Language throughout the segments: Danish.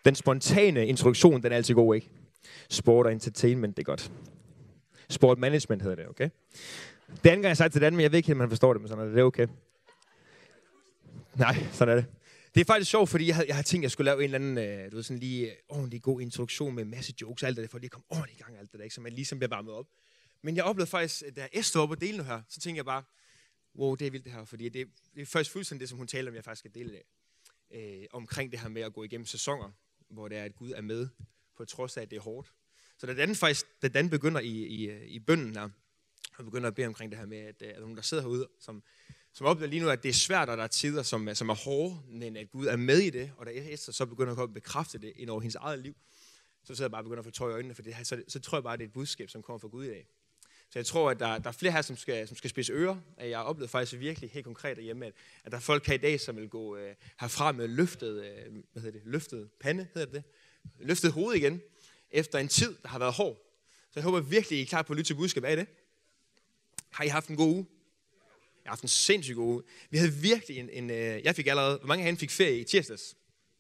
Den spontane introduktion, den er altid god, ikke? Sport og entertainment, det er godt. Sport management hedder det, okay? Det anden gang, jeg sagde til den, men jeg ved ikke helt, om man forstår det, men sådan er det okay. Nej, sådan er det. Det er faktisk sjovt, fordi jeg har tænkt, at jeg skulle lave en eller anden, du ved, sådan lige ordentlig god introduktion med en masse jokes og alt det, for lige at komme ordentligt i gang alt det der, ikke? Så man ligesom bliver varmet op. Men jeg oplevede faktisk, da Esther var på dele nu her, så tænkte jeg bare, wow, det er vildt det her, fordi det er først fuldstændig det, som hun taler om, jeg faktisk skal dele det af. Omkring det her med at gå igennem sæsoner, hvor det er, at Gud er med, på trods af, at det er hårdt. Så da Dan begynder i bønnen her, og begynder at bede omkring det her med, at der er nogen, der sidder herude, som oplever lige nu, at det er svært, og der er tider, som er hårde, men at Gud er med i det, og da Esther så begynder at bekræfte det ind over hendes eget liv, så sidder jeg bare og begynder at få tår i øjnene, for så tror jeg bare, at det er et budskab, som kommer fra Gud i dag. Så jeg tror, at der er flere her, som skal spidse ører. Jeg har oplevet faktisk virkelig helt konkret derhjemme, at der er folk her i dag, som vil gå herfra med løftet pande, hedder det? Løftet hoved igen, efter en tid, der har været hård. Så jeg håber virkelig, I er klar på at lytte til budskab af det. Har I haft en god uge? Jeg har haft en sindssygt god uge. Vi havde virkelig jeg fik allerede, hvor mange herinde fik ferie i tirsdags?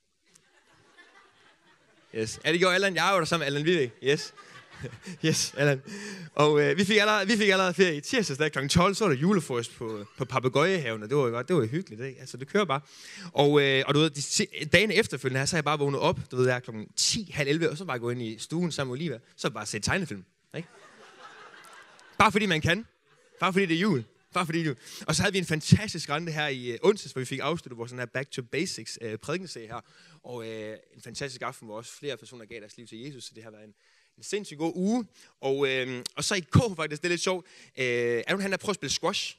Yes. Er det gjort, Allan? Jeg er jo der sammen med Allan Vivik. Yes. Yes, Allan. Og vi fik allerede ferie i tirsdags, der kl. 12, så var der julefrokost på Papegøjehaven, og det var jo godt, det var jo hyggeligt, ikke? Altså, det kører bare. Og du ved, dagen efterfølgende her, så er jeg bare vågnet op, du ved, der kl. 10, halv 11, og så bare gå ind i stuen sammen med Olivia, så bare se tegnefilm, ikke? Bare fordi man kan. Bare fordi det er jul. Og så havde vi en fantastisk rente her i onsdags, hvor vi fik afsluttet vores sådan her Back to Basics prædikenserie her. Og en fantastisk aften, hvor også flere personer gav deres liv til Jesus, så det har været en sindssygt god uge. Og så i går faktisk, det er lidt sjovt. Er du han, der prøver at spille squash?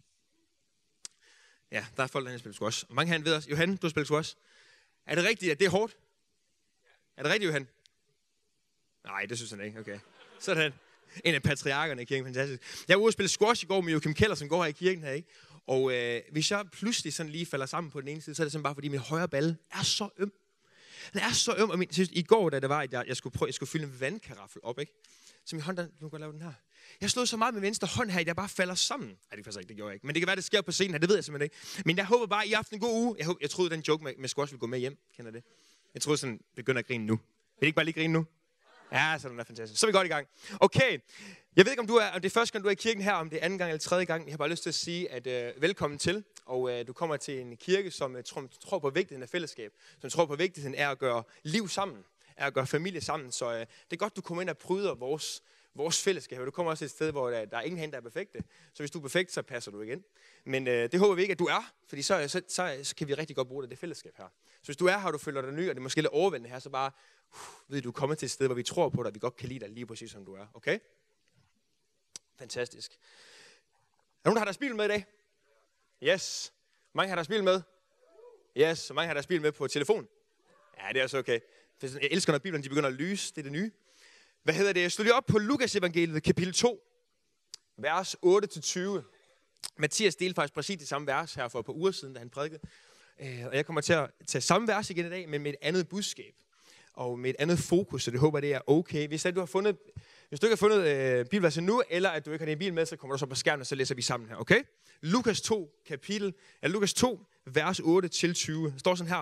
Ja, der er folk, der spiller squash. Og mange herinde ved os. Johan, du har spillet squash. Er det rigtigt, at det er hårdt? Er det rigtigt, Johan? Nej, det synes han ikke. Okay. Sådan. En af patriarkerne i kirken, fantastisk. Jeg var ude og spille squash i går med Joachim Keller, som går her i kirken her, ikke? Og hvis jeg pludselig sådan lige falder sammen på den ene side, så er det sådan bare, fordi min højre balle er så øm. Den er så øm, og i går, da det var, at jeg skulle fylde en vandkaraffel op, ikke? Så min hånd, nu kan jeg lave den her. Jeg slog så meget med venstre hånd her, at jeg bare falder sammen. Nej, det kan faktisk ikke, det gjorde jeg ikke. Men det kan være, det sker på scenen her, det ved jeg simpelthen ikke. Men jeg håber bare, I har haft en god uge. Jeg troede, den joke med squash ville gå med hjem. Kender det? Jeg troede sådan, begynder at grine nu. Vil I ikke bare lige grine nu? Ja, sådan er fantastisk. Så er vi godt i gang. Okay. Jeg ved ikke, om det er første gang, du er i kirken her, om det er anden gang eller tredje gang. Jeg har bare lyst til at sige, at velkommen til. Og du kommer til en kirke, som tror på vigtigheden af fællesskab. Som tror på vigtigheden af at gøre liv sammen. Af at gøre familie sammen. Så det er godt, du kommer ind og pryder vores fællesskab. Du kommer også et sted, hvor der er ingen hen, der er perfekte. Så hvis du er perfekt, så passer du igen. Men det håber vi ikke, at du er. Fordi så kan vi rigtig godt bruge det fællesskab her. Så hvis du er her, og du føler dig ny, og det er måske lidt overvældende her, så bare ved du er kommet til et sted, hvor vi tror på dig, og vi godt kan lide dig lige præcis, som du er. Okay? Fantastisk. Er nogen, der har deres bil med i dag? Yes. Mange har deres bil med? Yes. Og mange har deres bil med på telefon? Ja, det er også okay. Jeg elsker, når Bibelen begynder at lyse. Det er det nye. Hvad hedder det? Jeg slår lige op på Lukas evangeliet, kapitel 2, vers 8-20. Mathias delte faktisk præcis det samme vers her for et par uger siden, da han prædikede. Og jeg kommer til at tage samme vers igen i dag, men med et andet budskab. Og med et andet fokus, så det håber, det er okay. Hvis du ikke har fundet bibelverset nu, eller at du ikke har din bil med, så kommer du så på skærmen, og så læser vi sammen her, okay? Lukas 2, vers 8-20. Det står sådan her.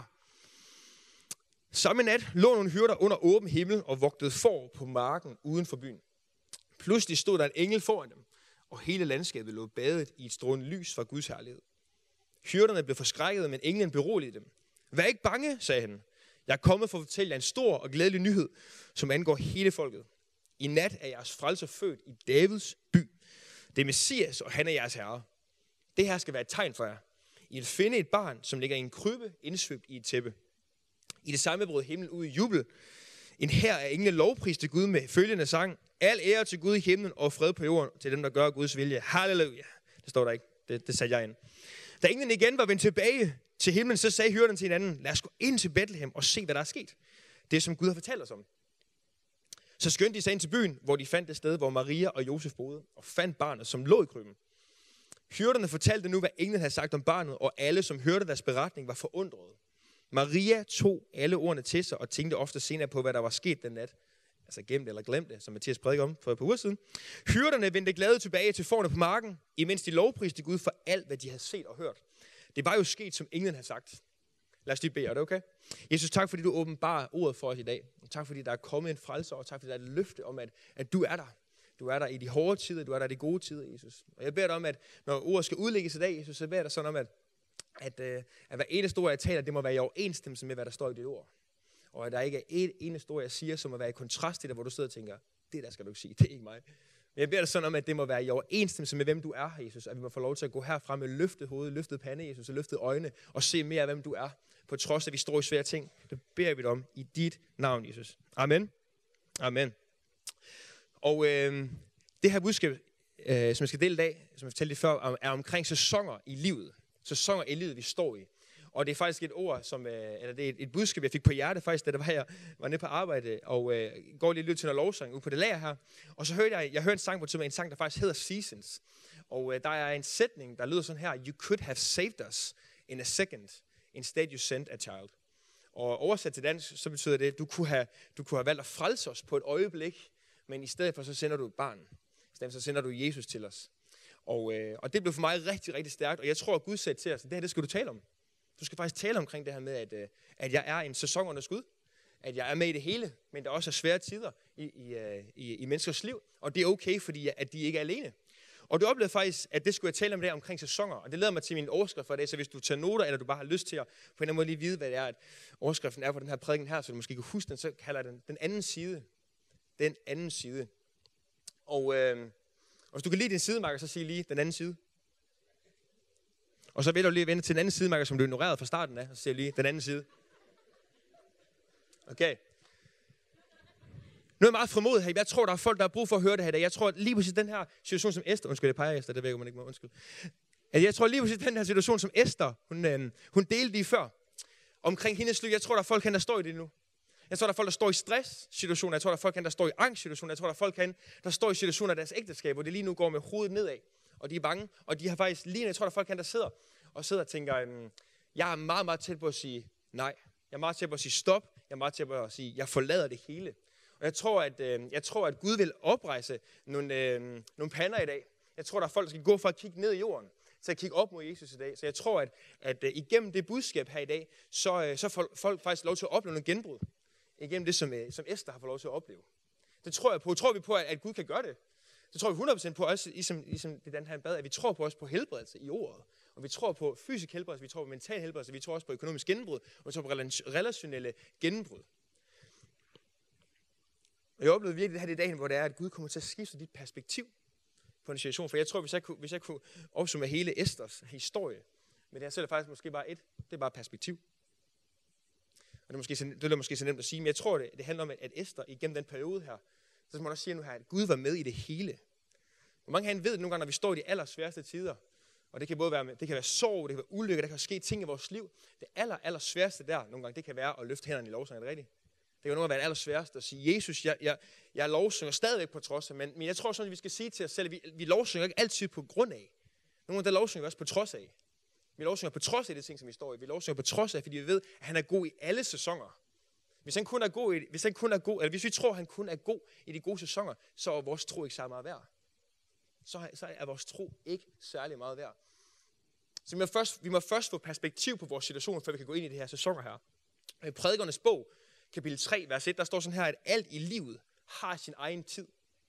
Samme nat lå nogle hyrder under åben himmel og vogtede får på marken uden for byen. Pludselig stod der en engel foran dem, og hele landskabet lå badet i et strålende lys fra Guds herlighed. Hyrderne blev forskrækket, men englen beroligede dem. Vær ikke bange, sagde han. Jeg er kommet for at fortælle jer en stor og glædelig nyhed, som angår hele folket. I nat er jeres frelser født i Davids by. Det er Messias, og han er jeres herre. Det her skal være et tegn for jer. I vil finde et barn, som ligger i en krybbe, indsvøbt i et tæppe. I det samme brød himlen ud i jubel. En hær af engle lovpriste Gud med følgende sang. Al ære til Gud i himlen og fred på jorden til dem, der gør Guds vilje. Halleluja. Det står der ikke. Det satte jeg ind. Da englen igen var vendt tilbage til himlen, så sagde hyrderne til hinanden, lad os gå ind til Bethlehem og se, hvad der er sket. Det, som Gud har fortalt os om. Så skyndte de sig ind til byen, hvor de fandt det sted, hvor Maria og Josef boede, og fandt barnet, som lå i krybben. Hyrderne fortalte nu, hvad englen havde sagt om barnet, og alle, som hørte deres beretning, var forundrede. Maria tog alle ordene til sig, og tænkte ofte senere på, hvad der var sket den nat. Altså gemt eller glemt det, som Mathias prædikede om for et par uger siden. Hyrderne vendte glade tilbage til fårene på marken, imens de lovpriste Gud for alt, hvad de havde set og hørt. Det var jo sket, som englen havde sagt. Lad os lige bede, er det okay? Jesus, tak fordi du åbenbarer ordet for os i dag. Tak fordi der er kommet en frelser, og tak fordi der er et løfte om, at du er der. Du er der i de hårde tider, du er der i de gode tider, Jesus. Og jeg beder dig om, at når ordet skal udlægges i dag, Jesus, så beder jeg dig sådan om, at hver eneste ord, jeg taler, det må være i overensstemmelse med, hvad der står i dit ord. Og at der ikke er et eneste ord, jeg siger, som må være i kontrast til det, hvor du sidder og tænker, det der skal du ikke sige, det er ikke mig. Men jeg beder dig sådan om, at det må være i overensstemmelse med, hvem du er, Jesus. At vi må få lov til at gå herfra med løftet hoved, løftet pande, Jesus, og løftet øjne, og se mere af, hvem du er, på trods af, at vi står i svære ting. Det beder vi dig om i dit navn, Jesus. Amen. Amen. Og det her budskab, som jeg skal dele i dag, som jeg fortalte lige før, er omkring sæsoner i livet. Sæsoner i livet, vi står i. Og det er faktisk et ord, eller det er et budskab, jeg fik på hjerte faktisk, da jeg var nede på arbejde, og går lige lidt til noget lovsang ude på det lager her. Og så hørte jeg hørte en sang på en sang, der faktisk hedder Seasons. Og der er en sætning, der lyder sådan her: You could have saved us in a second, instead you sent a child. Og oversat til dansk, så betyder det, at du kunne have valgt at frelse os på et øjeblik, men i stedet for så sender du et barn. I stedet for så sender du Jesus til os. Og det blev for mig rigtig, rigtig stærkt, og jeg tror, at Gud sagde til os, det her, det skal du tale om. Du skal faktisk tale omkring det her med, at jeg er en sæsonernes Gud. At jeg er med i det hele, men der også er svære tider i menneskers liv. Og det er okay, fordi at de ikke er alene. Og du oplevede faktisk, at det skulle jeg tale om der omkring sæsoner. Og det leder mig til min overskrift for i dag, så hvis du tager noter, eller du bare har lyst til at på en eller anden måde lige vide, hvad det er, at overskriften er på den her prædiken her, så du måske kan huske den, så kalder jeg den anden side. Den anden side. Og hvis du kan lide din sidemarker, så sig lige den anden side. Og så vil du lige vende til den anden sidemarker, som du ignorerede fra starten af, og så siger lige den anden side. Okay. Nu er jeg meget frimodig her. Jeg tror, der er folk, der har brug for at høre det her i dag. Jeg tror, at lige præcis den her situation som Esther, undskyld, jeg peger Esther, det ved jeg, man ikke må, undskyld. Jeg tror lige præcis den her situation som Esther, hun delte lige før, omkring hendes liv. Jeg tror, der er folk, der står i det nu. Jeg tror, der er folk, der står i stress-situationer. Jeg tror, der er folk, der står i angst-situationer. Jeg tror, der er folk, der står i situationer af deres ægteskab, hvor det lige nu går med hovedet nedad. Og de er bange, og de har faktisk lige, jeg tror, der er folk, der sidder og tænker, jeg er meget, meget tæt på at sige nej. Jeg er meget tæt på at sige stop. Jeg er meget tæt på at sige, jeg forlader det hele. Og jeg tror, at Gud vil oprejse nogle pander i dag. Jeg tror, der er folk, der skal gå fra at kigge ned i jorden, til at kigge op mod Jesus i dag. Så jeg tror, at igennem det budskab her i dag, så får folk faktisk lov til at opleve noget genbrud. Igennem det, som Esther har fået lov til at opleve. Det tror jeg på. Tror vi på, at Gud kan gøre det? Det tror vi 100% på, også ligesom det den her bad, at vi tror på os på helbredelse i ordet. Og vi tror på fysisk helbredelse, vi tror på mental helbredelse, vi tror også på økonomisk gennembrud, og vi tror på relationelle gennembrud. Og jeg oplevede virkelig det her i dagen, hvor det er, at Gud kommer til at skifte dit perspektiv på en situation. For jeg tror, hvis jeg kunne opsummere hele Esthers historie, men det her selv er faktisk måske bare det er bare perspektiv. Og det er måske så nemt at sige, men jeg tror, det handler om, at Esther igennem den periode her, så må man også sige nu her, at Gud var med i det hele. Hvor mange herinde ved det nogle gange, når vi står i de allersværeste tider, og det kan både være, det kan være sorg, det kan være ulykke, der kan ske ting i vores liv. Det allersværeste der nogle gange, det kan være at løfte hænderne i lovsang, er det rigtigt? Det kan nogle gange være det allersværeste at sige, Jesus, jeg lovsynger stadigvæk på trods af, men jeg tror sådan, at vi skal sige til os selv, at vi lovsynger ikke altid på grund af. Nogle gange der lovsynger vi også på trods af. Vi lovsynger på trods af de ting, som vi står i. Vi lovsynger på trods af, fordi vi ved, at han er god i alle sæsoner. Hvis vi tror, at han kun er god i de gode sæsoner, så er vores tro ikke særlig meget værd. Så er vores tro ikke særlig meget værd. Så vi må først få perspektiv på vores situation, før vi kan gå ind i de her sæsoner her. I Prædikernes bog, kapitel 3, vers 1, der står sådan her, at alt i livet har sin egen tid.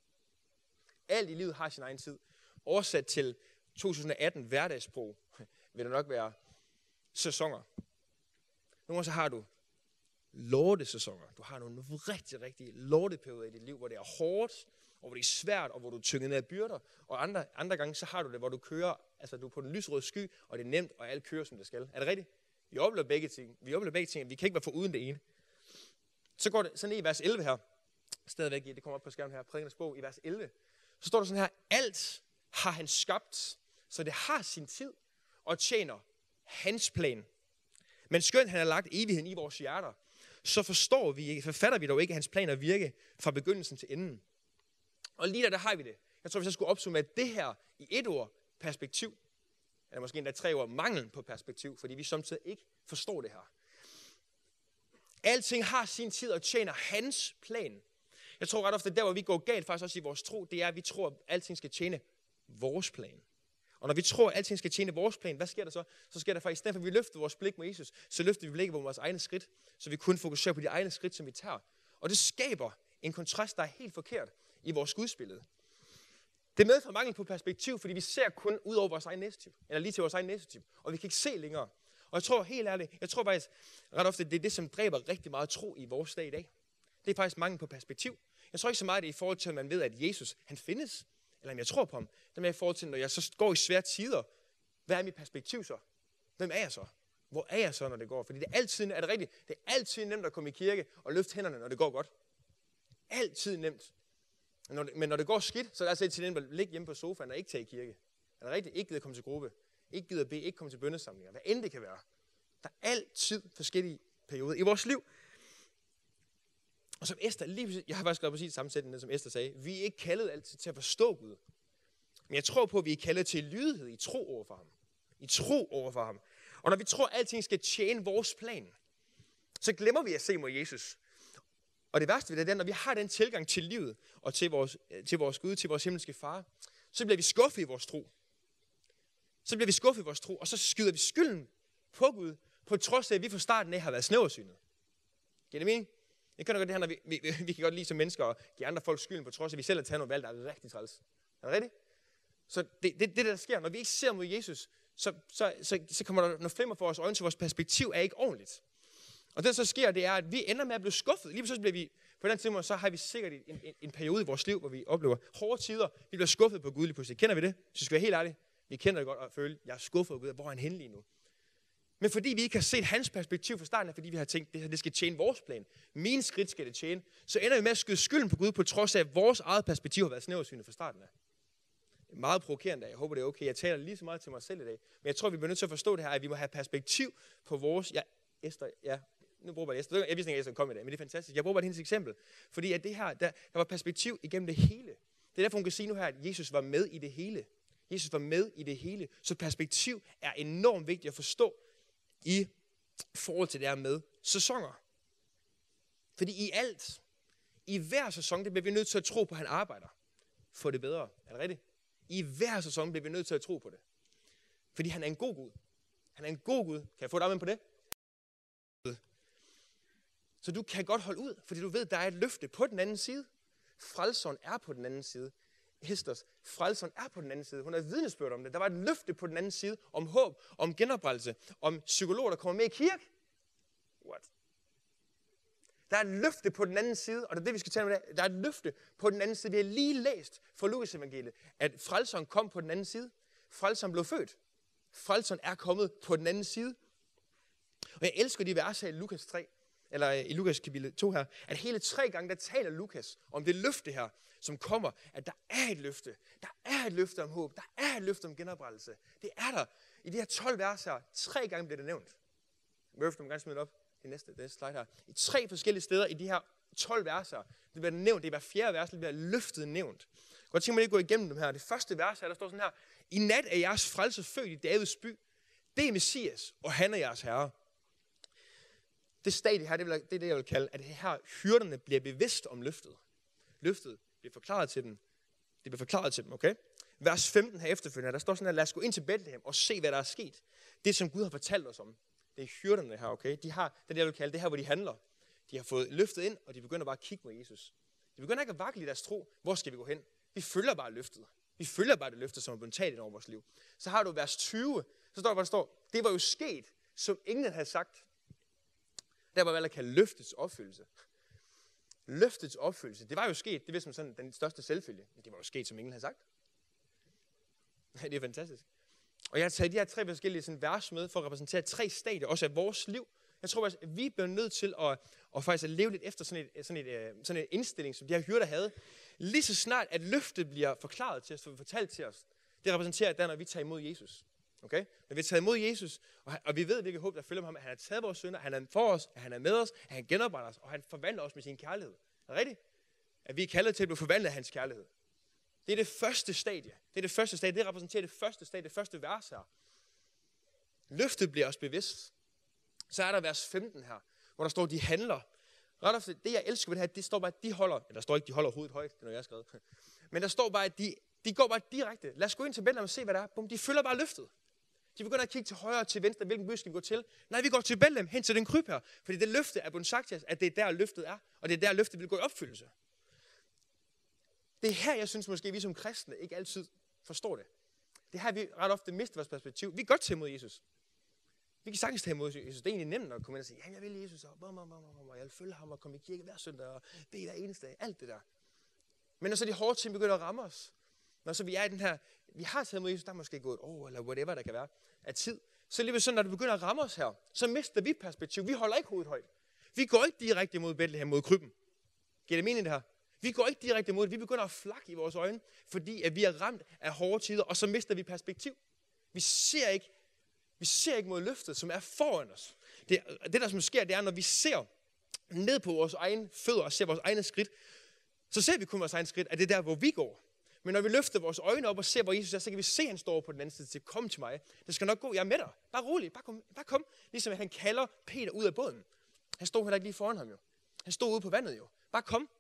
Alt i livet har sin egen tid. Oversat til 2018 hverdagssprog vil det nok være sæsoner. Nogle gange så har du lortesæsoner. Du har nogle rigtig, rigtig lorteperioder i dit liv, hvor det er hårdt, og hvor det er svært, og hvor du er tynget ned af byrder. Og andre gange, så har du det, hvor du kører, altså du er på den lysrøde sky, og det er nemt, og alt kører, som det skal. Er det rigtigt? Vi oplever begge ting. Vi kan ikke være foruden det ene. Så går det sådan i vers 11 her, stadigvæk, det kommer op på skærmen her, Prædikernes bog, i vers 11. Så står der sådan her, alt har han skabt, så det har sin tid, og tjener hans plan. Men skønt han har lagt evigheden i vores hjerter, så forfatter vi dog ikke hans plan at virke fra begyndelsen til enden. Og lige der har vi det. Jeg tror, hvis jeg skulle opsummere det her i et ord, perspektiv, eller måske endda 3 ord, mangel på perspektiv, fordi vi samtidig ikke forstår det her. Alting har sin tid og tjener hans plan. Jeg tror ret ofte, der hvor vi går galt faktisk også i vores tro, det er, at vi tror, at alting skal tjene vores plan. Og når vi tror, at alting skal tjene vores plan, hvad sker der så? Så sker der faktisk, i stedet for at vi løfter vores blik mod Jesus, så løfter vi blikket på vores egne skridt, så vi kun fokuserer på de egne skridt, som vi tager. Og det skaber en kontrast, der er helt forkert i vores gudsbillede. Det medfører mangel på perspektiv, fordi vi ser kun ud over vores egen næsetip, eller lige til vores egen næsetip, og vi kan ikke se længere. Og jeg tror helt ærligt, faktisk ret ofte, det er det, som dræber rigtig meget tro i vores dag i dag. Det er faktisk mangel på perspektiv. Jeg tror ikke så meget, det er i forhold til, at man ved, at Jesus, han findes, eller om jeg tror på ham. Det er mere i forhold til, når jeg så går i svære tider, hvad er mit perspektiv så? Hvem er jeg så? Hvor er jeg så, når det går? Fordi det er det rigtigt? Det er altid nemt at komme i kirke og løfte hænderne, når det går godt. Altid nemt. Men når det går skidt, så er det altid nemt at ligge hjemme på sofaen og ikke tage i kirke. Er det rigtigt? Ikke gider komme til gruppe. Ikke gider bede, ikke komme til bønnesamlinger. Hvad end det kan være. Der er altid forskellige perioder i vores liv. Og som Esther, jeg har faktisk skrevet præcis samme sætning, som Esther sagde. Vi er ikke kaldet altid til at forstå Gud. Men jeg tror på, at vi er kaldet til lydighed i tro over for ham. I tro over for ham. Og når vi tror, at alting skal tjene vores plan, så glemmer vi at se mod Jesus. Og det værste ved det er, når vi har den tilgang til livet, og til vores Gud, til vores himmelske far, så bliver vi skuffet i vores tro. Og så skyder vi skylden på Gud, på trods af, at vi fra starten af har været snæversynet. Giver det mening? Jeg kan godt det her, når vi kan godt lide som mennesker at give andre folk skylden, på trods af, at vi selv har taget nogle valg, der er rigtig træls. Er det rigtigt? Så det der sker, når vi ikke ser mod Jesus, så kommer der noget flimmer for vores øjne, så vores perspektiv er ikke ordentligt. Og det, der så sker, det er, at vi ender med at blive skuffet. Lige så bliver vi, på den tidspunkt, så har vi sikkert en periode i vores liv, hvor vi oplever hårde tider. Vi bliver skuffet på Gud lige pludselig. Kender vi det? Så skal vi være helt ærlige. Vi kender det godt og føle, jeg er skuffet på Gud. Hvor er han henne lige nu? Men fordi vi ikke har set hans perspektiv fra starten af, fordi vi har tænkt, det skal tjene vores plan. Mine skridt skal det tjene. Så ender vi med at skyde skylden på Gud, på trods af, at vores eget perspektiv har været snæversynet fra starten af. Det er meget provokerende. Jeg håber, det er okay. Jeg taler lige så meget til mig selv i dag. Men jeg tror, vi bliver nødt til at forstå det her, at vi må have perspektiv på vores... Nu bruger jeg Esther. Jeg vidste ikke, at Esther kom i dag, men det er fantastisk. Jeg bruger bare hendes eksempel. Fordi at det her, der var perspektiv igennem det hele. Det er derfor, hun kan sige nu her, at Jesus var med i det hele. Jesus var med i det hele. Så perspektiv er enormt vigtigt at forstå i forhold til det her med sæsoner. Fordi i hver sæson, det bliver vi nødt til at tro på, at han arbejder for det bedre. Er det rigtigt? I hver sæson bliver vi nødt til at tro på det. Fordi han er en god Gud. Han er en god Gud. Kan jeg få et amen på det? Så du kan godt holde ud, fordi du ved, der er et løfte på den anden side. Frelseren er på den anden side. Hesters, frelseren er på den anden side. Hun har vidnesbyrd om det. Der var et løfte på den anden side om håb, om genoprettelse, om psykologer, der kommer med i kirke. What? Der er et løfte på den anden side, og det er det, vi skal tale om i dag. Der er et løfte på den anden side. Vi har lige læst fra Lukas evangeliet, at frelseren kom på den anden side. Frelseren blev født. Frelseren er kommet på den anden side. Og jeg elsker de vers her i Lukas 3, eller i Lukas kapitel 2 her, at hele 3 gange, der taler Lukas om det løfte her, som kommer, at der er et løfte. Der er et løfte om håb. Der er et løfte om genoprettelse. Det er der. I de her 12 vers her, 3 gange bliver det nævnt. Murphy, du må gerne smide op i næste slide her. I 3 forskellige steder i de her 12 vers her, det bliver nævnt. Det er hver 4. vers, det bliver løftet nævnt. Godt tænke mig lige at gå igennem dem her. Det første vers her, der står sådan her. I nat er jeres frelse født i Davids by. Det er Messias, og han er jeres herre. Det stadie her, det er det, jeg vil kalde, at her hyrderne bliver bevidst om løftet. Løftet bliver forklaret til dem. Det bliver forklaret til dem, okay? Vers 15 her efterfølgende, der står sådan her, lad os gå ind til Bethlehem og se, hvad der er sket. Det, som Gud har fortalt os om. Det er hyrderne her, okay? De har, det jeg vil kalde, det her, hvor de handler. De har fået løftet ind, og de begynder bare at kigge mod Jesus. De begynder ikke at vakle i deres tro. Hvor skal vi gå hen? Vi følger bare løftet. Vi følger bare det løfte, som er blevet talt ind over vores liv. Så har du vers 20, så står der, står, det var jo sket, som ingen havde sagt. Der var vel at kalde løftets opfyldelse. Løftets opfyldelse, det var jo sket, det vidste man sådan den største selvfølge. Men det var jo sket, som ingen havde sagt. Det er fantastisk. Og jeg har taget de her 3 forskellige sådan, vers med, for at repræsentere 3 stadier, også af vores liv. Jeg tror faktisk, at vi bliver nødt til at faktisk at leve lidt efter sådan en indstilling, som de her hyrder havde. Lige så snart, at løftet bliver forklaret til os, fortalt til os, det repræsenterer, at der, når vi tager imod Jesus. Okay? Når vi tager imod Jesus, og vi ved, hvilket håb, der følger med ham, at han har taget vores synder, han er for os, at han er med os, at han genopretter os, og han forvandler os med sin kærlighed. Er det rigtigt? At vi er kaldet til at blive forvandlet af hans kærlighed. Det er det første stadie. Det repræsenterer det første stadie, det første vers her. Løftet bliver os bevidst. Så er der vers 15 her, hvor der står, de handler. Ret ofte, det jeg elsker ved det her, det står bare, at de holder, eller der står ikke, de holder hovedet højt, det er noget, jeg har skrevet. Men der står bare, at De går bare direkte. Lad os gå ind til Bethlehem og se, hvad der er. Bum, de følger bare løftet. De begynder at kigge til højre og til venstre. Hvilken by skal vi gå til? Nej, vi går til Bethlehem, hen til den kryb her. Fordi det løfte er blevet sagt til os, at det er der løftet er. Og det er der løftet vil gå i opfyldelse. Det er her, jeg synes måske, vi som kristne ikke altid forstår det. Det er her, vi ret ofte mister vores perspektiv. Vi kan godt tage imod Jesus. Vi kan sagtens tage imod Jesus. Det er egentlig nemt at komme ind og sige, ja, jeg vil Jesus, og jeg vil følge ham og komme i kirke hver søndag og bede hver eneste dag. Alt det der. Men når så de hårde ting begynder at ramme os, når så vi er i den her, vi har taget imod Jesus, der er måske gået et år, eller whatever der kan være, af tid. Så lige sådan, når det begynder at ramme os her, så mister vi perspektiv. Vi holder ikke hovedet højt. Vi går ikke direkte mod Bethlehem, mod krybben. Giver det mening det her? Vi går ikke direkte mod det. Vi begynder at flakke i vores øjne, fordi at vi er ramt af hårde tider, og så mister vi perspektiv. Vi ser ikke mod løftet, som er foran os. Det der som sker, det er, når vi ser ned på vores egne fødder og ser vores egne skridt, så ser vi kun vores egne skridt, at det er der, hvor vi går. Men når vi løfter vores øjne op og ser, hvor Jesus er, så kan vi se, at han står på den anden side til, kom til mig. Det skal nok gå, jeg er med dig. Bare rolig, bare kom. Ligesom at han kalder Peter ud af båden. Han stod heller ikke lige foran ham jo. Han stod ude på vandet jo. Bare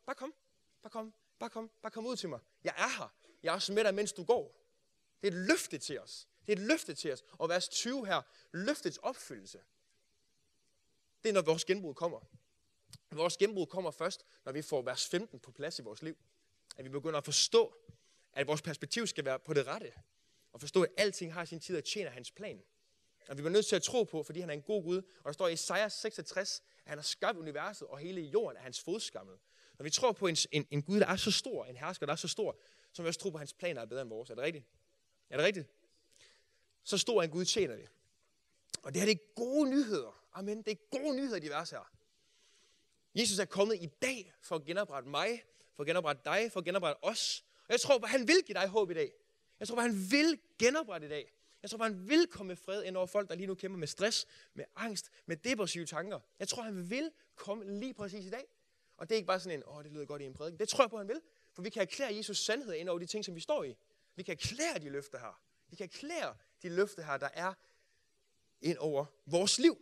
kom ud til mig. Jeg er her. Jeg er også med dig, mens du går. Det er et løfte til os. Det er et løfte til os. Og vers 20 her, løftets opfyldelse. Det er, når vores genbrud kommer. Vores genbrud kommer først, når vi får vers 15 på plads i vores liv. At vi begynder at forstå, at vores perspektiv skal være på det rette. Og forstå, at alting har sin tid og tjener hans plan. Og vi bliver nødt til at tro på, fordi han er en god Gud. Og der står i Esajas 66, at han har skabt universet, og hele jorden er hans fodskammel. Når vi tror på en Gud, der er så stor, en hersker, der er så stor, så må vi også tro på, at hans planer er bedre end vores. Er det rigtigt? Er det rigtigt? Så stor en Gud tjener vi. Og det her, det er gode nyheder. Amen. Det er gode nyheder, de vers her. Jesus er kommet i dag for at genoprette mig, for at genoprette dig, for at genoprette os. Og jeg tror på, at han vil give dig håb i dag. Jeg tror på, at han vil genoprette i dag. Jeg tror på, at han vil komme med fred ind over folk, der lige nu kæmper med stress, med angst, med depressive tanker. Jeg tror, han vil komme lige præcis i dag. Og det er ikke bare sådan en, det lyder godt i en prædiken. Det tror jeg på, han vil. For vi kan erklære Jesus sandhed ind over de ting, som vi står i. Vi kan erklære de løfter her. Vi kan erklære de løfter her, der er ind over vores liv.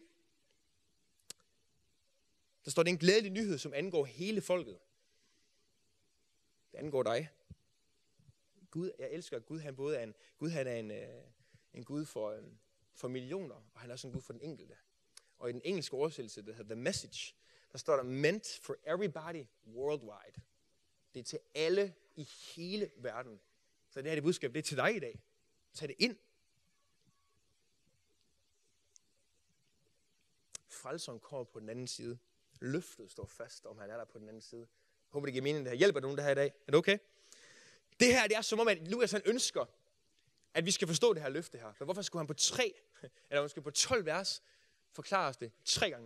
Der står, det er en glædelig nyhed, som angår hele folket. Det angår dig. Gud, jeg elsker, at Gud han både er en Gud for millioner, og han er også en Gud for den enkelte. Og i den engelske oversættelse, der hedder The Message, der står der, meant for everybody worldwide. Det er til alle i hele verden. Så det her det budskab, det er til dig i dag. Tag det ind. Frelseren kommer på den anden side. Løftet står fast, om han er der på den anden side. Jeg håber, det giver mening, det her. Hjælper nogen det her i dag? Er det okay? Det her, det er som om, at Lukas han ønsker, at vi skal forstå det her løfte her. For hvorfor skulle han på 12 vers forklare os det 3 gange?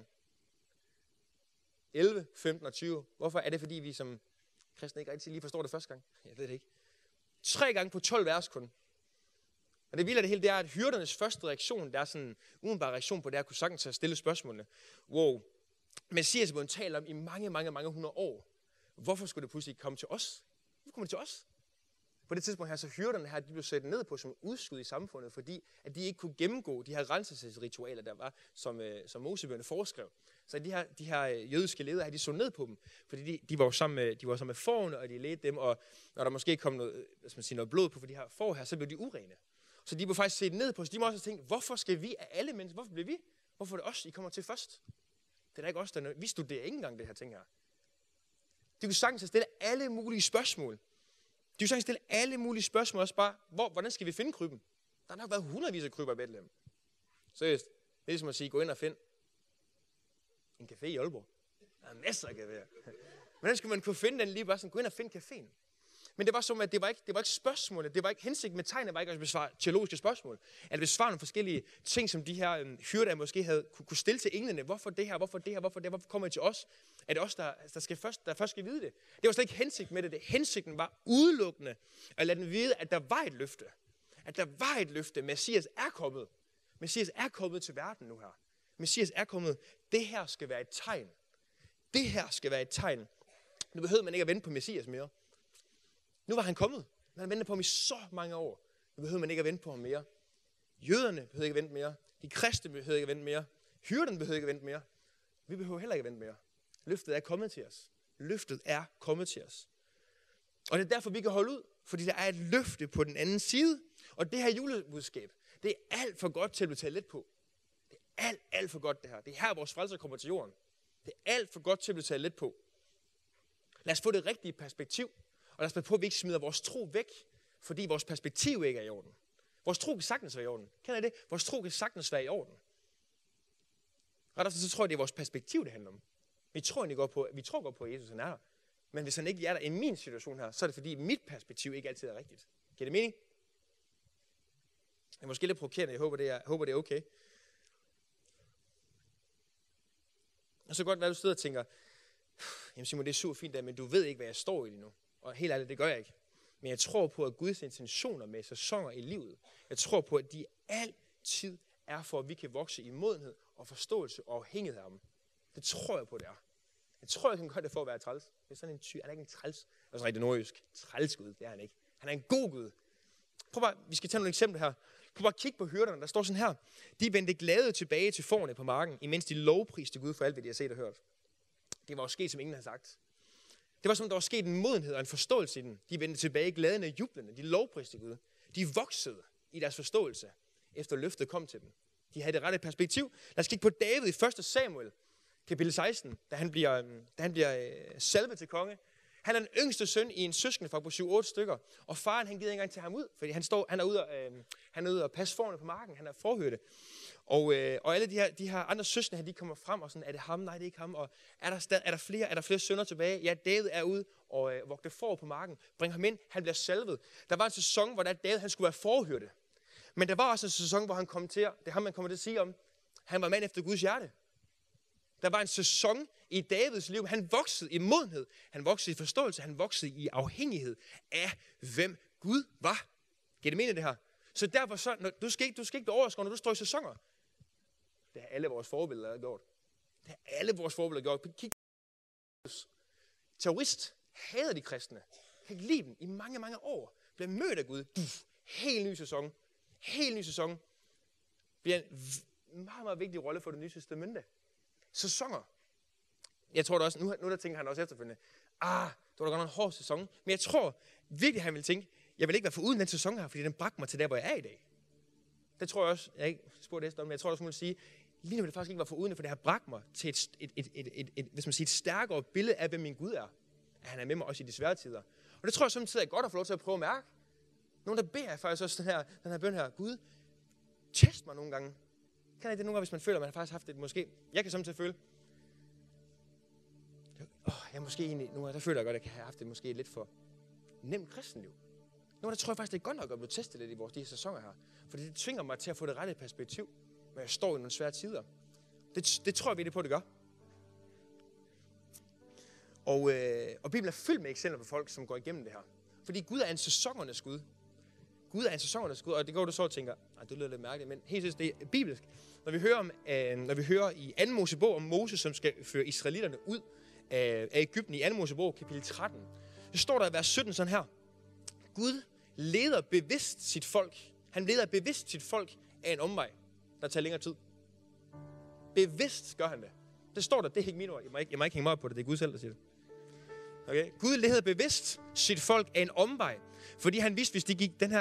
11, 15 og 20. Hvorfor er det, fordi vi som kristne ikke rigtig lige forstår det første gang? Jeg ved det ikke. 3 gange på 12 vers kun. Og det vilde af det hele, det er, at hyrdernes første reaktion, der er sådan en udenbar reaktion på det, at kunne sagtens stille spørgsmålene. Wow, Messias er blevet talt om i mange hundrede år. Hvorfor skulle det pludselig komme til os? Hvorfor kommer det til os? På det tidspunkt her, så hyrderne her, de blev sat ned på som udskud i samfundet, fordi at de ikke kunne gennemgå de her renselsesritualer, der var, som Mosebøgerne foreskrev. Så de her jødiske ledere her, de så ned på dem, fordi de var jo sammen med fårene, og de ledte dem, og når der måske kom noget blod på for de her får her, så blev de urene. Så de blev faktisk set ned på, så de må også tænke, hvorfor skal vi af alle mennesker, hvorfor bliver vi? Hvorfor er det os, I kommer til først? Det er da ikke os, vi studerer ikke engang det her ting her. De kunne sagtens stille alle mulige spørgsmål. De kunne sagtens stille alle mulige spørgsmål, også bare, hvordan skal vi finde krybben? Der har nok været hundredvis af krybber i Bethlehem. Seriøst. Det er ligesom at sige, gå ind og find en café i Aalborg. Der er masser af caféer. Hvordan skal man kunne finde den lige bare sådan, gå ind og find caféen? Men det var som, at det var ikke spørgsmålet, det var ikke hensigten med tegnet, var ikke at besvare teologiske spørgsmål. At besvare nogle forskellige ting, som de her hyrder måske havde kunne stille til englene. Hvorfor det her, hvorfor kommer det til os? Er det os, der først skal vide det? Det var slet ikke hensigt med det. Hensigten var udelukkende at lade dem vide, at der var et løfte. At der var et løfte. Messias er kommet. Messias er kommet til verden nu her. Messias er kommet. Det her skal være et tegn. Det her skal være et tegn. Nu behøvede man ikke at vente på Messias mere. Nu var han kommet. Man havde ventet på ham i så mange år. Nu behøvede man ikke at vente på ham mere. Jøderne behøvede ikke at vente mere. De kristne behøvede ikke at vente mere. Hyrderne behøvede ikke at vente mere. Vi behøver heller ikke at vente mere. Løftet er kommet til os. Løftet er kommet til os. Og det er derfor, vi kan holde ud. Fordi der er et løfte på den anden side. Og det her julebudskab, det er alt for godt til at blive taget let på. Det er alt for godt det her. Det er her, vores frelser kommer til jorden. Det er alt for godt til at blive taget let på. Lad os få det rigtige perspektiv. Og lad os passe på, at vi ikke smider vores tro væk, fordi vores perspektiv ikke er i orden. Vores tro kan sagtens være i orden. Kender I det? Vores tro kan sagtens være i orden. Og derfor så tror jeg, det er vores perspektiv, det handler om. Vi tror godt på, at Jesus han er der. Men hvis han ikke er der i min situation her, så er det fordi, mit perspektiv ikke altid er rigtigt. Giver det mening? Jeg er måske lidt provokerende. Jeg håber, det er okay. Og så godt være, du sidder og tænker, jamen Simon, det er super fint der, men du ved ikke, hvad jeg står i lige nu. Og helt ærligt, det gør jeg ikke. Men jeg tror på, at Guds intentioner med sæsoner i livet, jeg tror på, at de altid er for, at vi kan vokse i modenhed og forståelse og afhængighed af ham. Det tror jeg på, det er. Jeg tror, jeg kan gøre det for at være træls. Det er sådan en tyr. Han er ikke en træls. Det er sådan rigtig nordjysk. Træls Gud, det er han ikke. Han er en god Gud. Prøv bare, vi skal tage nogle eksempler her. Prøv bare at kigge på hyrderne. Der står sådan her. De vendte glade tilbage til fårene på marken, imens de lovpriste Gud for alt, hvad de har set og hørt. Det var jo sket, som ingen havde sagt. Det var som, der var sket en modenhed og en forståelse i den. De vendte tilbage gladende og jublende. De lovpriste Gud. De voksede i deres forståelse, efter løftet kom til dem. De havde det rette perspektiv. Lad os kigge på David i 1. Samuel, kapitel 16, da han bliver salvet til konge. Han er den yngste søn i en søskendeflok på 7-8 stykker, og faren han gider ikke engang tage ham ud, fordi han er ude og passe fårene på marken, han er forhørte. Og alle de her andre søskende her, de kommer frem og sådan, er det ham? Nej, det er ikke ham. Og er der flere sønner tilbage? Ja, David er ude og vogter får på marken. Bring ham ind, han bliver salvet. Der var en sæson, hvor David han skulle være forhørte. Men der var også en sæson, hvor han kom til, det er ham, man kommer til at sige om, han var mand efter Guds hjerte. Der var en sæson i Davids liv, han voksede i modenhed, han voksede i forståelse, han voksede i afhængighed af, hvem Gud var. Giver det mening det her? Så derfor så, du skal ikke blive overrasket, når du står i sæsoner. Det har alle vores forbilleder gjort. Det har alle vores forbilleder gjort. Kig. Terrorist hader de kristne. Kan ikke lide dem i mange, mange år. Bliver mødt af Gud. Helt ny sæson. Helt ny sæson. Bliver en meget, meget vigtig rolle for det nye testamente. Sæsoner. Jeg tror da også, nu der tænker han også efterfølgende, det var da godt en hård sæson. Men jeg tror virkelig, han vil tænke, jeg vil ikke være for uden den sæson her, fordi den bragte mig til der, hvor jeg er i dag. Det tror jeg også, jeg har ikke spurgt Esther om, men jeg tror også, hun vil sige, lige nu vil det faktisk ikke være for uden, for det har bragt mig til et stærkere billede af, hvem min Gud er. At han er med mig også i de svære tider. Og det tror jeg samtidig er godt at få lov til at prøve at mærke. Nogle der beder faktisk også den her bøn her, Gud, test mig nogle gange. Kan I det nogle gange, hvis man føler, at man har faktisk haft det måske? Jeg kan samtidig føle, jeg måske egentlig, nogle gange, der føler jeg godt, at jeg kan have haft det måske lidt for nemt kristenliv. Nogle der tror jeg faktisk, det er godt nok at blive testet lidt i de her sæsoner her. Fordi det tvinger mig til at få det rette perspektiv, når jeg står i nogle svære tider. Det tror jeg virkelig på, det gør. Og Bibelen er fyldt med eksempler på folk, som går igennem det her. Fordi Gud er en sæsonernes Gud. Gud er en sæsonernes Gud, og det går du så og tænker, det lyder lidt mærkeligt, men helt seriøst, det er bibelsk. Når vi hører i 2. Mosebog om Moses, som skal føre israelitterne ud af Egypten i 2. Mosebog, kapitel 13, så står der i vers 17 sådan her. Gud leder bevidst sit folk. Han leder bevidst sit folk af en omvej, der tager længere tid. Bevidst gør han det. Det står der, det er ikke mine ord. Jeg må ikke hænge mig op på det, det er Gud selv, der siger det. Okay? Gud leder bevidst sit folk af en omvej, fordi han vidste, hvis de gik den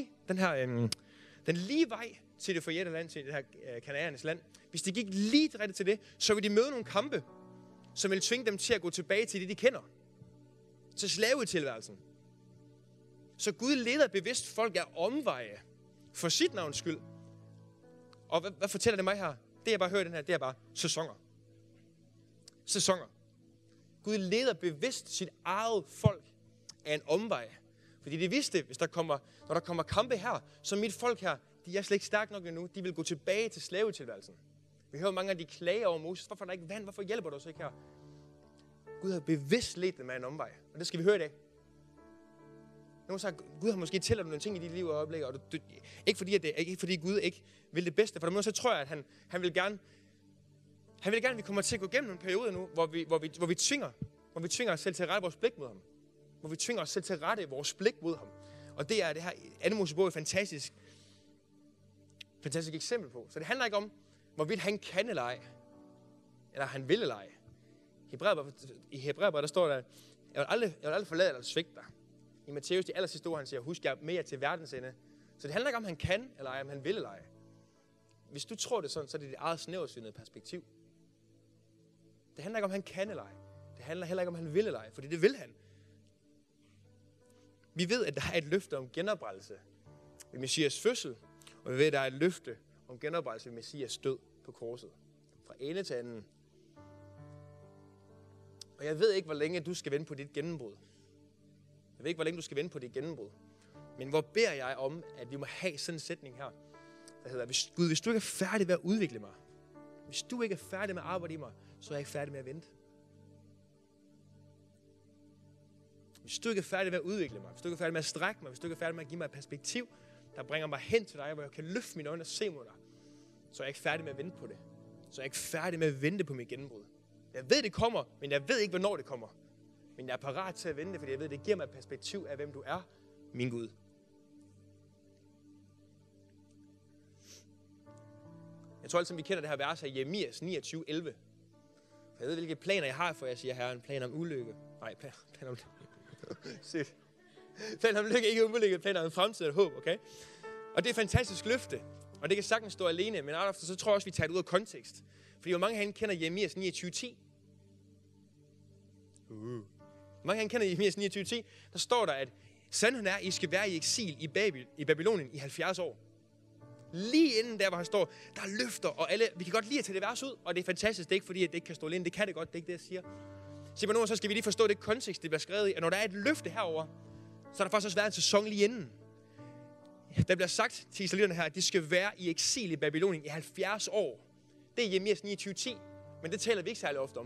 lige vej til det forjætte land, til det her Kanaanernes land, hvis de gik lige rigtigt til det, så ville de møde nogle kampe, som ville tvinge dem til at gå tilbage til det, de kender. Til slavetilværelsen. Så Gud leder bevidst folk af omveje for sit navns skyld. Og hvad fortæller det mig her? Det jeg bare hører den her, det er bare sæsoner. Sæsoner. Gud leder bevidst sit eget folk af en omvej. Fordi de vidste, når der kommer kampe her, så mit folk her, de er slet ikke stærke nok endnu. De vil gå tilbage til slavetilværelsen. Vi hører mange af de klager over Moses. Hvorfor er der ikke vand? Hvorfor hjælper du os ikke her? Gud har bevidst ledt dem af en omvej. Og det skal vi høre i dag. Nogen siger, Gud har måske tilladt nogle ting i dit liv og øjeblik. Og ikke fordi Gud ikke vil det bedste. For der så tror jeg, at han vil gerne, at vi kommer til at gå igennem en periode nu, hvor vi tvinger os selv til at rette vores blik mod ham. Hvor vi tvinger os selv til at rette vores blik mod ham. Og det er det her 2. Mosebog et fantastisk eksempel på. Så det handler ikke om, hvorvidt han kan eller ej. Eller han vil eller ej. I Hebræerbrevet, der står der, jeg vil aldrig forlade eller svigte dig. I Matthæus, de aller sidste ord, han siger, husk jer med jer til verdens ende. Så det handler ikke om, han kan, eller om han vil eller ej. Hvis du tror det sådan, så er det dit eget snæversynede perspektiv. Det handler ikke om, han kan eller ej. Det handler heller ikke om, han vil eller ej, fordi det vil han. Vi ved, at der er et løfte om genoprettelse ved Messias fødsel, og vi ved, at der er et løfte om genoprettelse ved Messias død på korset. Fra ende til anden. Og jeg ved ikke, hvor længe du skal vente på dit gennembrud. Jeg ved ikke, hvor længe du skal vente på dit gennembrud. Men hvor beder jeg om, at vi må have sådan en sætning her, der hedder, Gud, hvis du ikke er færdig med at udvikle mig, hvis du ikke er færdig med at arbejde i mig, så er jeg ikke færdig med at vente. Hvis du ikke er færdig med at udvikle mig, hvis du ikke er færdig med at strække mig, hvis du ikke er færdig med at give mig et perspektiv, der bringer mig hen til dig, hvor jeg kan løfte mine øjne og se mod dig, så er jeg ikke færdig med at vente på det. Så er jeg ikke færdig med at vente på mit gennembrud. Jeg ved, det kommer, men jeg ved ikke, hvornår det kommer. Men jeg er parat til at vente, fordi jeg ved, det giver mig et perspektiv af, hvem du er, min Gud. Jeg tror altid, vi kender det her vers af Jeremias 29:11. For jeg ved, hvilke planer jeg har for jer, siger Herren. Planer om ulykke. Nej, planer om sygt. Planer om lykke, ikke ulykke. Planer om fremtid og håb, okay? Og det er et fantastisk løfte. Og det kan sagtens stå alene, men efter så tror jeg også, vi tager det ud af kontekst. Fordi hvor mange herinde kender Jeremias 29:10? Mange herinde kender Jeremias 29:10. Der står der, at sandheden er, at I skal være i eksil i Babylonien i 70 år. Lige inden der, hvor han står, der er løfter, og alle, vi kan godt lide at tage det vers ud, og det er fantastisk, det er ikke fordi, at det ikke kan stå alene, det kan det godt, det er ikke det, jeg siger. Så på nogen, så skal vi lige forstå det kontekst, det bliver skrevet i, at når der er et løfte herover, så har der faktisk også været en sæson lige inden. Der bliver sagt til israelitterne her, at de skal være i eksil i Babylonien i 70 år. Det er Jeremias 29:10, men det taler vi ikke særlig ofte om.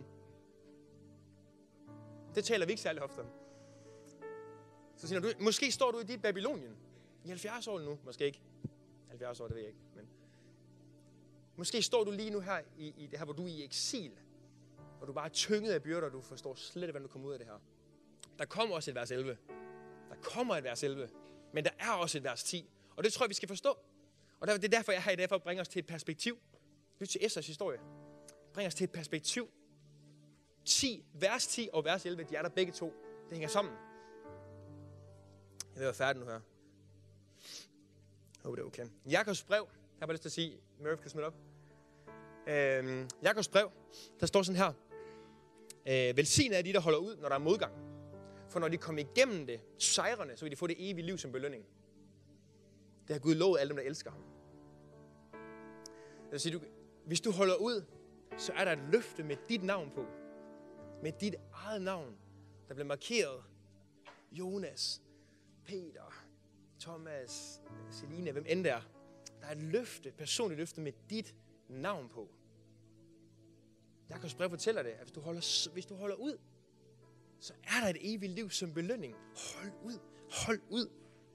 Det taler vi ikke særlig ofte om. Så siger du, måske står du i dit Babylonien i 70 år nu, måske ikke. 70 år, det ved jeg ikke. Men måske står du lige nu her i det her, hvor du er i eksil, og du bare er tynget af byrder, og du forstår slet ikke, hvordan du kommer ud af det her. Der kommer også et vers 11. Der kommer et vers 11, men der er også et vers 10. Og det tror jeg, vi skal forstå. Og det er derfor, jeg er her i dag, for at bringe os til et perspektiv. Lyt til Esters historie. Bring os til et perspektiv. 10, vers 10 og vers 11, de er der begge to. Det hænger sammen. Jeg vil være færdig nu her. Jeg håber, det er okay. Jakobs brev. Jeg har bare lyst til at sige, Murph kan smide op. Jakobs brev, der står sådan her. Velsignet er de, der holder ud, når der er modgang. For når de kommer igennem det, sejrene, så vil de få det evige liv som belønning. Det har Gud lovet alle dem, der elsker ham. Jeg vil sige, hvis du holder ud, så er der et løfte med dit navn på. Med dit eget navn, der bliver markeret. Jonas, Peter, Thomas, Selina, hvem end det er. Der er et løfte, personligt løfte med dit navn på. Jakobs brev fortæller det, at hvis du holder ud, så er der et evigt liv som belønning. Hold ud, hold ud.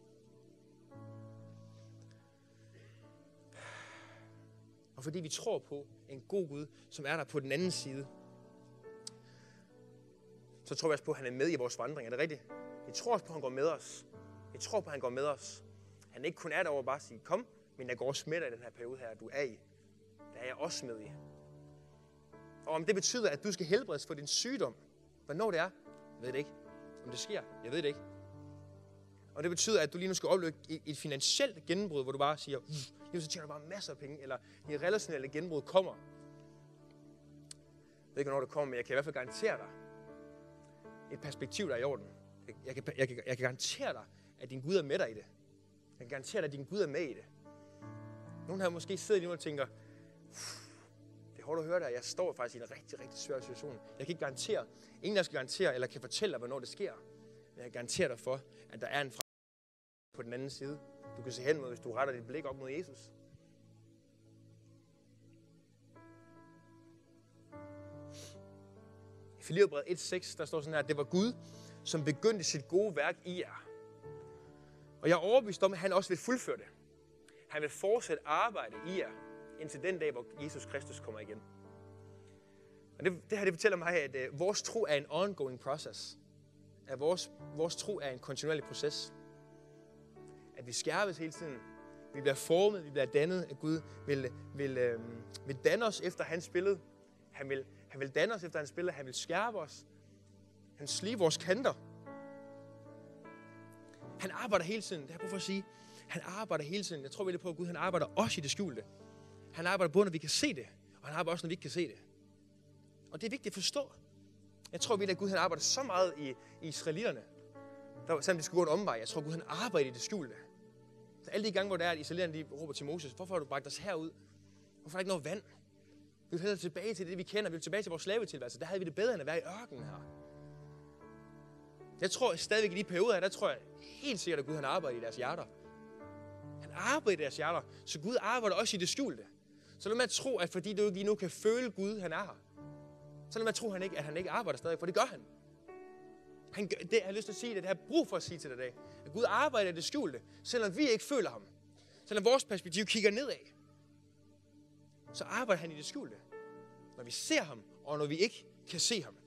Og fordi vi tror på en god Gud, som er der på den anden side, så tror vi også på, at han er med i vores vandring. Er det rigtigt? Vi tror også på, at han går med os. Vi tror på, at han går med os. Han ikke kun er derovre bare at sige, kom, men jeg går også med dig i den her periode her, du er i. Der er jeg også med i. Og om det betyder, at du skal helbredes for din sygdom, hvornår det er, jeg ved det ikke. Om det sker, jeg ved det ikke. Og det betyder, at du lige nu skal opleve et finansielt gennembrud, hvor du bare siger, så tjener du bare masser af penge, eller de relationelle gennembrud kommer. Jeg ved ikke, hvornår det kommer, men jeg kan i hvert fald garantere dig et perspektiv, der er i orden. Jeg kan garantere dig, at din Gud er med dig i det. Jeg kan garantere dig, at din Gud er med i det. Nogle har måske siddet lige nu og tænker, det er hårdt at høre dig, jeg står faktisk i en rigtig, rigtig svær situation. Jeg kan ikke garantere, ingen der skal garantere, eller kan fortælle dig, hvornår det sker. Men jeg garanterer dig for, at der er en fremtid på den anden side. Du kan se hen mod, hvis du retter dit blik op mod Jesus. I Filipperbrevet 1:6, der står sådan her, at det var Gud, som begyndte sit gode værk i jer. Og jeg er overbevist om, at han også vil fuldføre det. Han vil fortsætte arbejde i jer, indtil den dag, hvor Jesus Kristus kommer igen. Og det her, det fortæller mig, at vores tro er en ongoing process. At vores tro er en kontinuerlig proces. At vi skærpes hele tiden. Vi bliver formet, vi bliver dannet, at Gud vil danne os efter hans billede. Han vil danne os efter hans billede, han vil skærpe os. Han vil slige vores kanter. Han arbejder hele tiden. Det har jeg brug for at sige. Han arbejder hele tiden. Jeg tror virkelig på, at Gud han arbejder også i det skjulte. Han arbejder både, når vi kan se det, og han arbejder også, når vi ikke kan se det. Og det er vigtigt at forstå. Jeg tror virkelig, at Gud han arbejder så meget i israelitterne. Selvom de skulle gå en omvej. Jeg tror, Gud han arbejder i det skjulte. Så alle de gange, hvor der er, at israelitterne de råber til Moses, hvorfor har du bragt os herud? Hvorfor er der ikke noget vand? Vi vil hellere tilbage til det, vi kender. Vi vil tilbage til vores slavetilværelse. Der havde vi det bedre, end at være i ørkenen her. Jeg tror stadigvæk i de perioder her, der tror jeg helt sikkert, at Gud han arbejder i deres hjerter. Han arbejder i deres hjerter, så Gud arbejder også i det skjulte. Så lad mig tro, at fordi du ikke lige nu kan føle Gud, han er her, så lad mig tro, at han ikke arbejder stadig, for det gør han. Det har jeg lyst til at sige, det har jeg brug for at sige til dig i dag. At Gud arbejder i det skjulte, selvom vi ikke føler ham. Selvom vores perspektiv kigger nedad. Så arbejder han i det skjulte. Når vi ser ham, og når vi ikke kan se ham.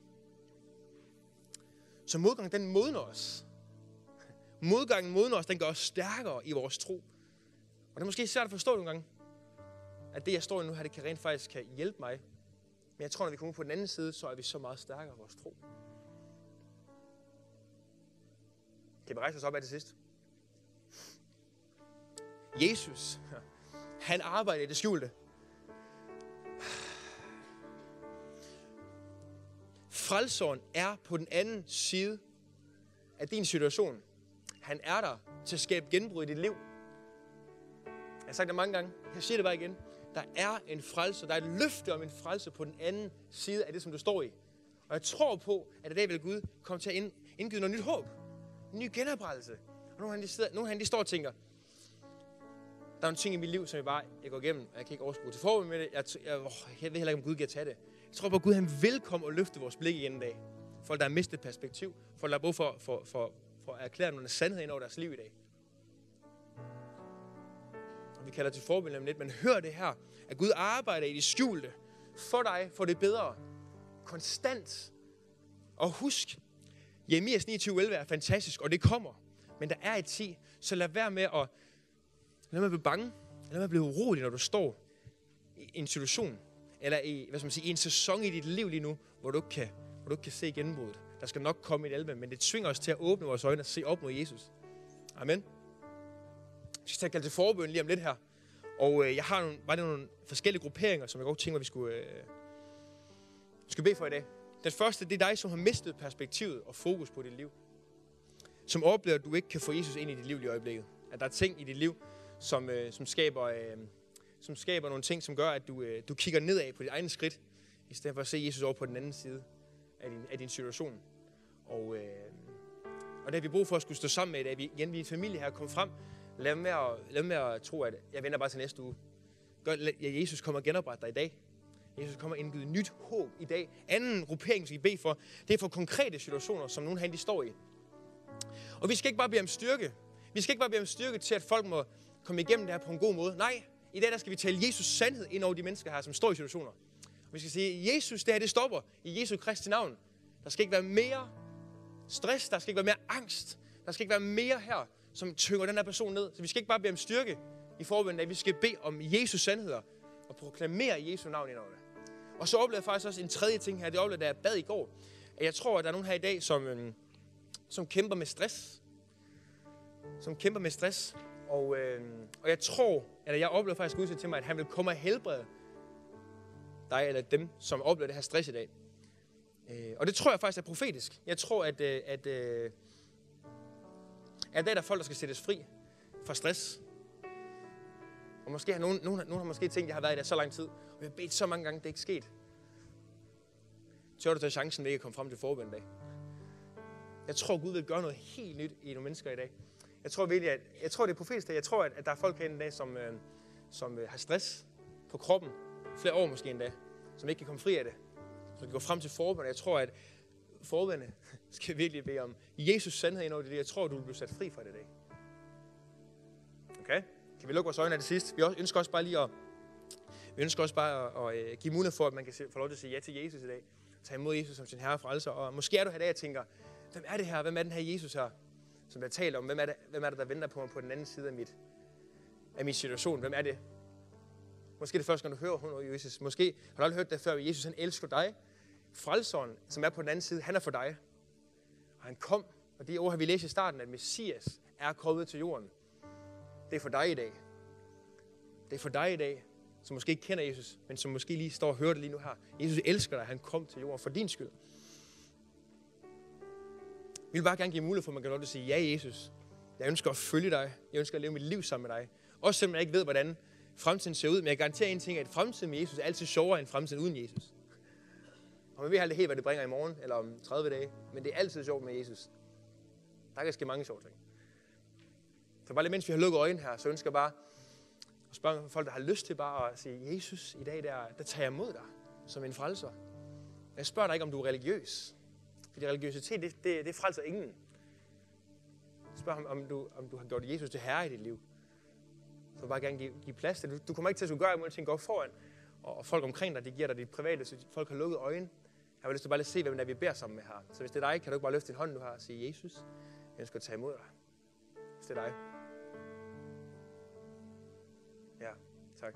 Så modgangen, den modner os. Modgangen modner os, den gør os stærkere i vores tro. Og det er måske svært at forstå nogle gange, at det, jeg står i nu her, det kan rent faktisk kan hjælpe mig. Men jeg tror, når vi kommer på den anden side, så er vi så meget stærkere i vores tro. Kan vi rejse os op af det sidste? Jesus, han arbejder i det skjulte. Frelseren er på den anden side af din situation. Han er der til at skabe genbrud i dit liv. Jeg har sagt det mange gange. Jeg siger det bare igen. Der er en frelse. Der er et løfte om en frelse på den anden side af det, som du står i. Og jeg tror på, at i dag vil Gud komme til at indgyde noget nyt håb. En ny genoprettelse. Og nogle af de står og tænker, der er nogle ting i mit liv, som jeg går igennem, og jeg kan ikke overskue til formen med det. Jeg ved heller ikke, om Gud kan tage det. Jeg tror på, at Gud han vil komme og løfte vores blik igen en dag. Folk, der har mistet perspektiv. Folk, der har brug for at erklære nogle sandheder ind over deres liv i dag. Og vi kalder til forbillede om lidt, men hør det her, at Gud arbejder i det skjulte for dig, for det bedre. Konstant. Og husk, Jeremias 29:11 er fantastisk, og det kommer. Men der er et 10, så lad være med at blive bange. Lad være med at blive urolig, når du står i en situation, eller i en sæson i dit liv lige nu, hvor du ikke kan se gennembruddet. Der skal nok komme et alve, men det tvinger os til at åbne vores øjne og se op mod Jesus. Amen. Vi skal kalde til forbøn lige om lidt her. Og jeg har nogle forskellige grupperinger, som jeg godt tænker, vi skulle bede for i dag. Den første, det er dig, som har mistet perspektivet og fokus på dit liv. Som oplever, at du ikke kan få Jesus ind i dit liv i øjeblikket. At der er ting i dit liv, som skaber nogle ting, som gør, at du kigger nedad på dit eget skridt, i stedet for at se Jesus over på den anden side af din situation. Og det har vi brug for at skulle stå sammen med, at vi er en familie her, komme frem. Lad med at tro, at jeg venter bare til næste uge. Jesus kommer og genopretter dig i dag. Jesus kommer og indgyde nyt håb i dag. Anden gruppering, vi skal bede for, det er for konkrete situationer, som nogen herinde står i. Og vi skal ikke bare bede om styrke. Vi skal ikke bare bede om styrke til, at folk må komme igennem det her på en god måde. Nej, i dag der skal vi tale Jesus sandhed ind over de mennesker her, som står i situationer. Og vi skal sige, Jesus, det her det stopper i Jesu Kristi navn. Der skal ikke være mere stress, der skal ikke være mere angst. Der skal ikke være mere her, som tynger den her person ned. Så vi skal ikke bare bede om styrke i forbundet, at vi skal bede om Jesus sandheder og proklamere Jesu navn ind over det. Og så oplevede jeg faktisk også en tredje ting her. Det oplevede, da jeg bad i går. At jeg tror, at der er nogen her i dag, som kæmper med stress. Og jeg oplever faktisk Gud til mig, at han vil komme og helbrede dig eller dem, som oplever det her stress i dag. Og det tror jeg faktisk er profetisk. Jeg tror, at der er folk, der skal sættes fri fra stress. Og måske har nogen har måske tænkt, at jeg har været i det så lang tid, og jeg har bedt så mange gange, det er ikke sket. Tør du tage chancen ved ikke at komme frem til forbøn i dag? Jeg tror, Gud vil gøre noget helt nyt i nogle mennesker i dag. Jeg tror det er profetisk. Jeg tror, at der er folk herinde i dag, som har stress på kroppen, flere år måske endda, som ikke kan komme fri af det, som kan gå frem til forbøn. Jeg tror, at forbønene skal virkelig bede om Jesus sandhed ind over det. Jeg tror, du vil blive sat fri fra det i dag. Okay? Kan vi lukke vores øjne af det sidste? Vi ønsker også bare at give mulighed for, at man kan få lov til at sige ja til Jesus i dag. Tage imod Jesus som sin herre og frelser. Og måske er du her i dag og tænker, hvem er det her? Hvem er den her Jesus her, som jeg taler om? Hvem er det, der venter på mig på den anden side af min situation? Hvem er det? Måske er det første gang, du hører om Jesus. Måske har du aldrig hørt det før. Jesus, han elsker dig. Frelseren, som er på den anden side, han er for dig. Og han kom, og de ord har vi læst i starten, at Messias er kommet til jorden. Det er for dig i dag. Det er for dig i dag, som måske ikke kender Jesus, men som måske lige står og hører det lige nu her. Jesus elsker dig, han kom til jorden for din skyld. Vi vil bare gerne give mulighed for, at man kan lov til at sige, ja Jesus, jeg ønsker at følge dig. Jeg ønsker at leve mit liv sammen med dig. Også selvom jeg ikke ved, hvordan fremtiden ser ud, men jeg garanterer en ting, at fremtiden med Jesus er altid sjovere end fremtiden uden Jesus. Og man ved aldrig helt, hvad det bringer i morgen, eller om 30 dage, men det er altid sjovt med Jesus. Der kan ske mange sjove ting. Så bare lidt mens vi har lukket øjnene her, så ønsker jeg bare at spørge folk, der har lyst til bare at sige, Jesus, i dag der tager jeg imod dig som en frelser. Jeg spørger dig ikke, om du er religiøs. Fordi religiøsitet, det frelser ingen. Spørg ham, om du har gjort Jesus til herre i dit liv. Så vil bare gerne give plads til det. Du kommer ikke til at gøre imod ting, går foran. Og folk omkring dig, de giver dig dit private, så folk har lukket øjnene. Jeg har lyst til bare at se, hvem der vi beder sammen med her. Så hvis det er dig, kan du ikke bare løfte din hånd nu her og sige, Jesus, jeg ønsker at tage imod dig. Hvis det er dig. Ja, tak.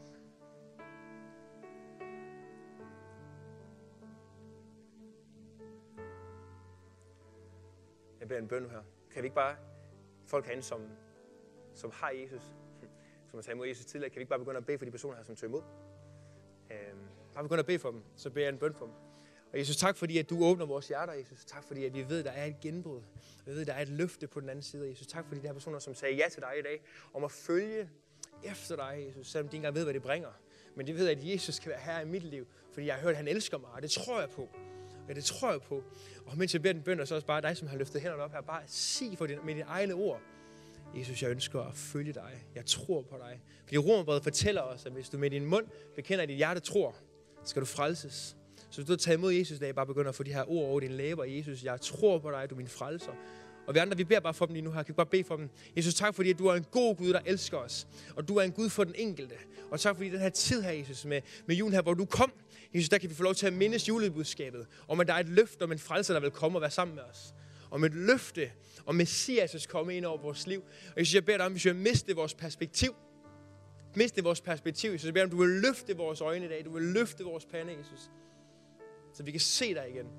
Jeg beder en bøn nu her. Kan vi ikke bare, folk herinde, som har Jesus, som har taget imod Jesus tidligere, kan vi ikke bare begynde at bede for de personer her, som tager imod? Bare begynde at bede for dem, så beder jeg en bøn for dem. Og Jesus, tak fordi, at du åbner vores hjerter, Jesus. Tak fordi, at vi ved, at der er et genbrud. Vi ved, at der er et løfte på den anden side. Jesus, tak fordi de her personer, som sagde ja til dig i dag, om at følge efter dig, Jesus, selvom de ikke engang ved, hvad det bringer. Men de ved, at Jesus skal være herre i mit liv, fordi jeg har hørt, at han elsker mig, og det tror jeg på. Ja, det tror jeg på. Og mens jeg beder den bøn, og så også bare dig, som har løftet hænderne op her, bare sig med dine egne ord, Jesus, jeg ønsker at følge dig. Jeg tror på dig. Fordi Romerbrevet fortæller os, at hvis du med din mund bekender, at dit hjerte tror, skal du frelses. Så hvis du tager imod Jesus i dag, bare begynder at få de her ord over dine læber. Jesus, jeg tror på dig, du er min frelser. Og vi andre, vi beder bare for dem lige nu her. Kan vi bare bede for dem? Jesus, tak fordi, at du er en god Gud, der elsker os. Og du er en Gud for den enkelte. Og tak fordi den her tid her, Jesus, med julen her, hvor du kom. Jesus, der kan vi få lov til at mindes julebudskabet. Om at der er et løfte om en frelser, der vil komme og være sammen med os. Om et løfte om Messias komme ind over vores liv. Og Jesus, jeg beder dig om, hvis vi har mistet vores perspektiv. Jesus, jeg beder om, du vil løfte vores øjne i dag. Du vil løfte vores pande, Jesus. Så vi kan se dig igen.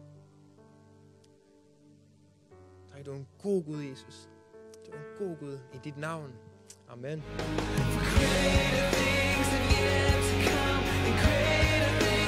Tak, du er en god Gud, Jesus. Du er en god Gud i dit navn. Amen.